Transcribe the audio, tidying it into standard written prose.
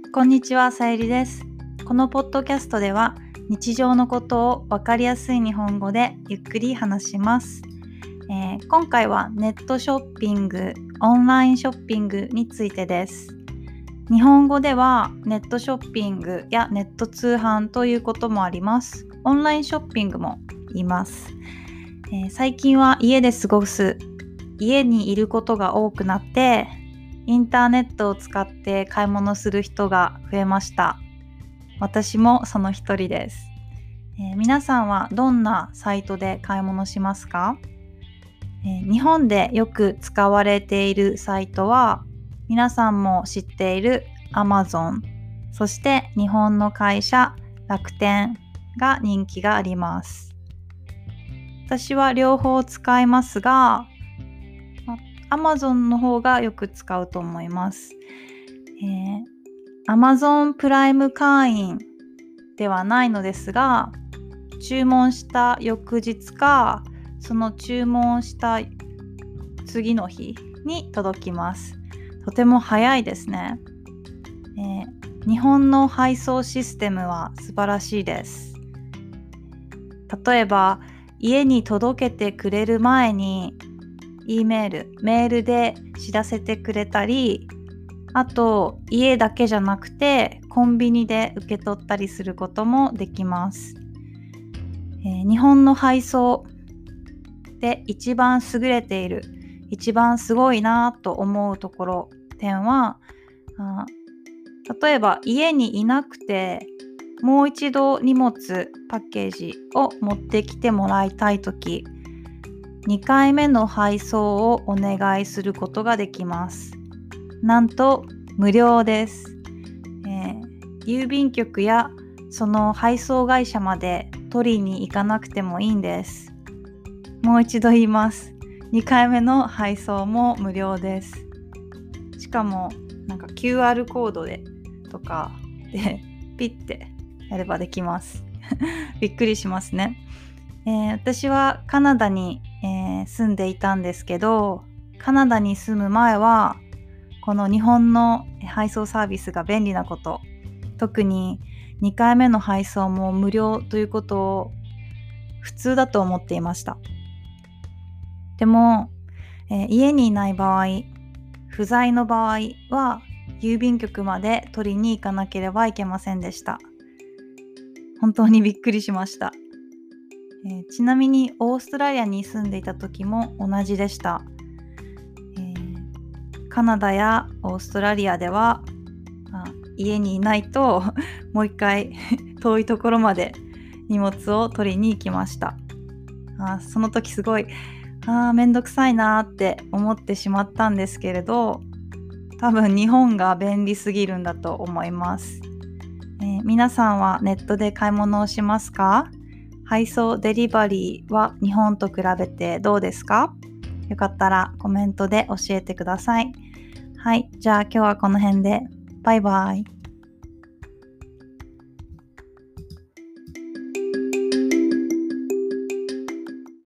こんにちは、さゆりです。このポッドキャストでは日常のことをわかりやすい日本語でゆっくり話します。今回はネットショッピング、オンラインショッピングについてです。日本語ではネットショッピングやネット通販ということもあります。オンラインショッピングも言います。最近は家で過ごす、家にいることが多くなってインターネットを使って買い物する人が増えました。私もその一人です。皆さんはどんなサイトで買い物しますか？日本でよく使われているサイトは皆さんも知っている Amazon、そして日本の会社楽天が人気があります。私は両方使いますが、Amazon の方がよく使うと思います。Amazon プライム会員ではないのですが、注文した翌日かその注文した次の日に届きます。とても早いですね。日本の配送システムは素晴らしいです。例えば家に届けてくれる前にメールで知らせてくれたり、あと家だけじゃなくてコンビニで受け取ったりすることもできます。日本の配送で一番優れている、一番すごいなと思う点は、例えば家にいなくてもう一度荷物パッケージを持ってきてもらいたいとき、2回目の配送をお願いすることができます。なんと無料です。郵便局やその配送会社まで取りに行かなくてもいいんです。もう一度言います。2回目の配送も無料です。しかもQR コードでとかでピッてやればできます。びっくりしますね。私はカナダに、住んでいたんですけど、カナダに住む前はこの日本の配送サービスが便利なこと、特に2回目の配送も無料ということを普通だと思っていました。でも、家にいない場合、不在の場合は郵便局まで取りに行かなければいけませんでした。本当にびっくりしました。ちなみにオーストラリアに住んでいた時も同じでした。カナダやオーストラリアでは家にいないともう一回遠いところまで荷物を取りに行きました。その時すごいめんどくさいなって思ってしまったんですけれど、多分日本が便利すぎるんだと思います。皆さんはネットで買い物をしますか？配送デリバリーは日本と比べてどうですか？よかったらコメントで教えてください。はい、じゃあ今日はこの辺で。バイバイ。